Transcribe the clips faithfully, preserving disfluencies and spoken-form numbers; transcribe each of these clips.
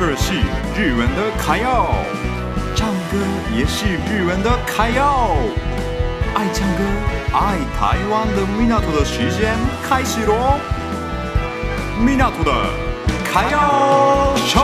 歌是日文的卡要，唱歌也是日文的卡要。爱唱歌、爱台湾的米纳图的时间开始喽！米纳图的卡要秀。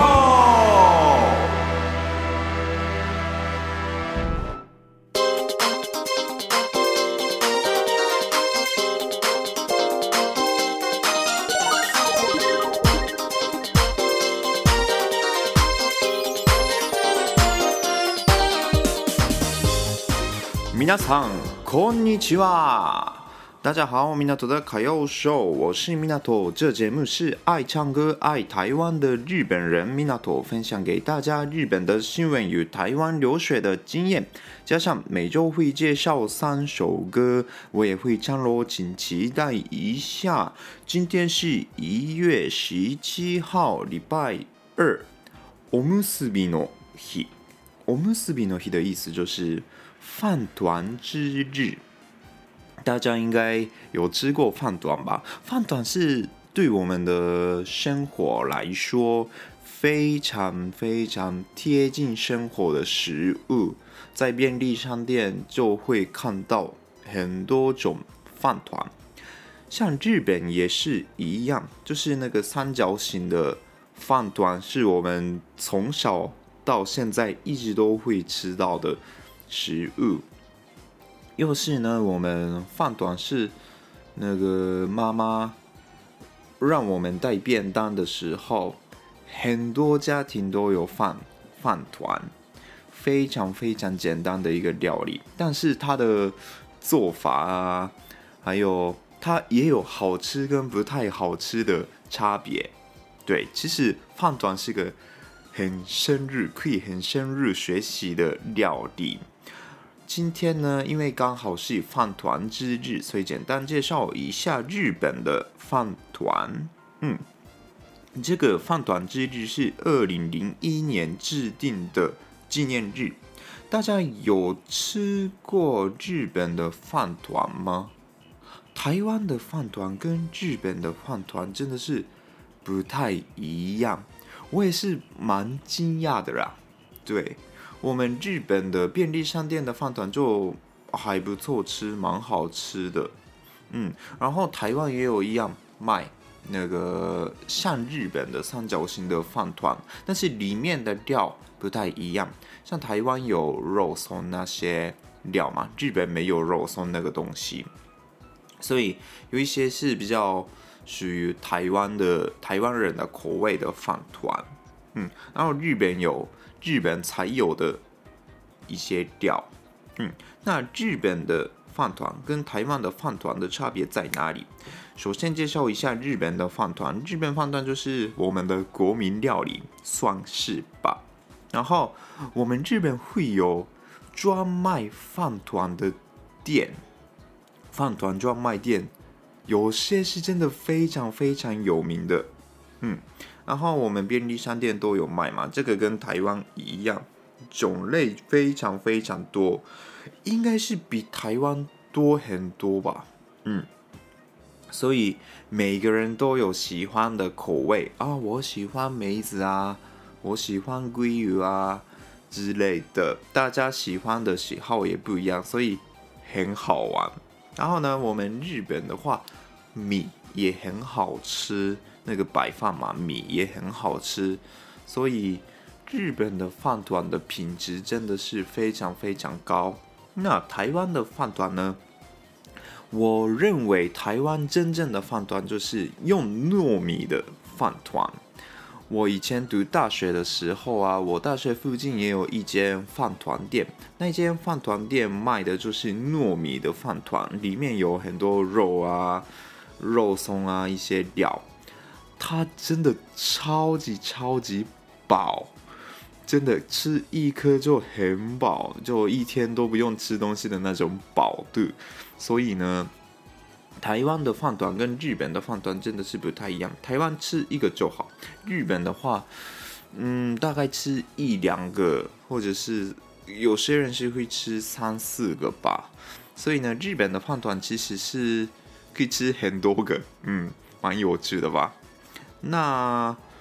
皆さんこんにちは。大家好，米纳托的卡要秀，我是米纳托。这节目是爱唱歌、爱台湾的日本人米纳托分享给大家日本的新闻与台湾留学的经验，加上每周会介绍三首歌，我也会唱咯，请期待一下。今天是一月十七号，礼拜二，おむすびの日。おむすびの日的意思就是饭团之日，大家应该有吃过饭团吧？饭团是对我们的生活来说非常非常贴近生活的食物，在便利商店就会看到很多种饭团，像日本也是一样，就是那个三角形的饭团是我们从小到现在一直都会吃到的食物。又是呢，我们饭团是那个妈妈让我们带便当的时候，很多家庭都有饭饭团，非常非常简单的一个料理，但是它的做法啊，还有它也有好吃跟不太好吃的差别。对，其实饭团是个很深入，可以很深入学习的料理。今天呢，因为刚好是饭团之日，所以简单介绍一下日本的饭团。嗯，这个饭团之日是二零零一年制定的纪念日。大家有吃过日本的饭团吗？台湾的饭团跟日本的饭团真的是不太一样，我也是蛮惊讶的啦。对。我们日本的便利商店的饭团就还不错吃，蛮好吃的。嗯，然后台湾也有一样卖那个像日本的三角形的饭团，但是里面的料不太一样。像台湾有肉松那些料嘛，日本没有肉松那个东西，所以有一些是比较属于台湾的台湾人的口味的饭团。嗯，然后日本有日本才有的一些料。嗯，那日本的饭团跟台湾的饭团的差别在哪里？首先介绍一下日本的饭团。日本饭团就是我们的国民料理，算是吧。然后我们日本会有专卖饭团的店，饭团专卖店有些是真的非常非常有名的。嗯。然后我们便利商店都有卖嘛，这个跟台湾一样，种类非常非常多，应该是比台湾多很多吧。嗯，所以每个人都有喜欢的口味啊，我喜欢梅子啊，我喜欢鲑鱼啊之类的，大家喜欢的喜好也不一样，所以很好玩。然后呢，我们日本的话，米也很好吃。那个白饭嘛，米也很好吃，所以日本的饭团的品质真的是非常非常高。那台湾的饭团呢？我认为台湾真正的饭团就是用糯米的饭团。我以前读大学的时候啊，我大学附近也有一间饭团店，那间饭团店卖的就是糯米的饭团，里面有很多肉啊、肉松啊一些料。它真的超级超级饱，真的吃一颗就很饱，就一天都不用吃东西的那种饱度。所以呢，台湾的饭团跟日本的饭团真的是不太一样。台湾吃一个就好，日本的话，嗯，大概吃一两个，或者是有些人是会吃三四个吧。所以呢，日本的饭团其实是可以吃很多个，嗯，蛮有趣的吧。那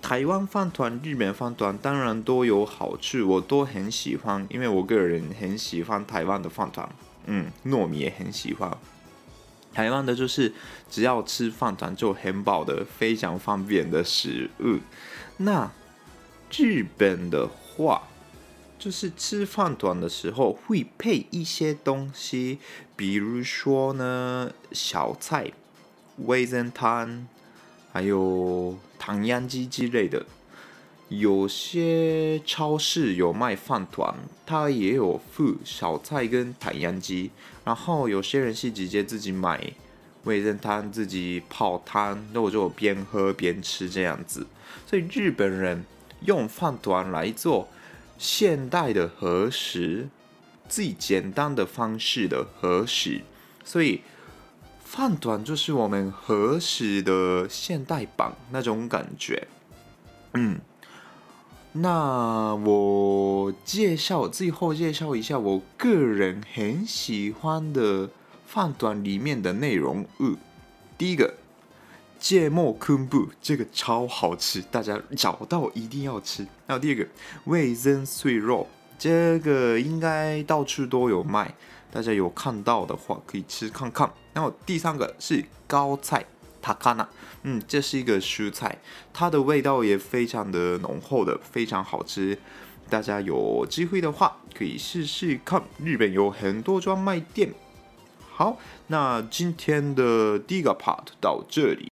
台湾饭团、日本饭团当然都有好处，我都很喜欢，因为我个人很喜欢台湾的饭团，嗯，糯米也很喜欢。台湾的就是只要吃饭团就很饱的非常方便的食物。那日本的话，就是吃饭团的时候会配一些东西，比如说呢小菜、味噌汤，还有唐扬鸡之类的。有些超市有卖饭团，它也有附小菜跟唐扬鸡，然后有些人是直接自己买味噌汤，自己泡汤，那我就边喝边吃这样子。所以日本人用饭团来做现代的和食，最简单的方式的和食，所以饭团就是我们和食的现代版那种感觉。嗯。那我介绍最后介绍一下我个人很喜欢的饭团里面的内容物。第一个芥末昆布，这个超好吃，大家找到一定要吃。还有第二个味噌碎肉，这个应该到处都有卖，大家有看到的话可以吃看看。然后第三个是高菜高菜，嗯，这是一个蔬菜，它的味道也非常的浓厚的，非常好吃。大家有机会的话可以试试看，日本有很多专卖店。好，那今天的第一个 part 到这里。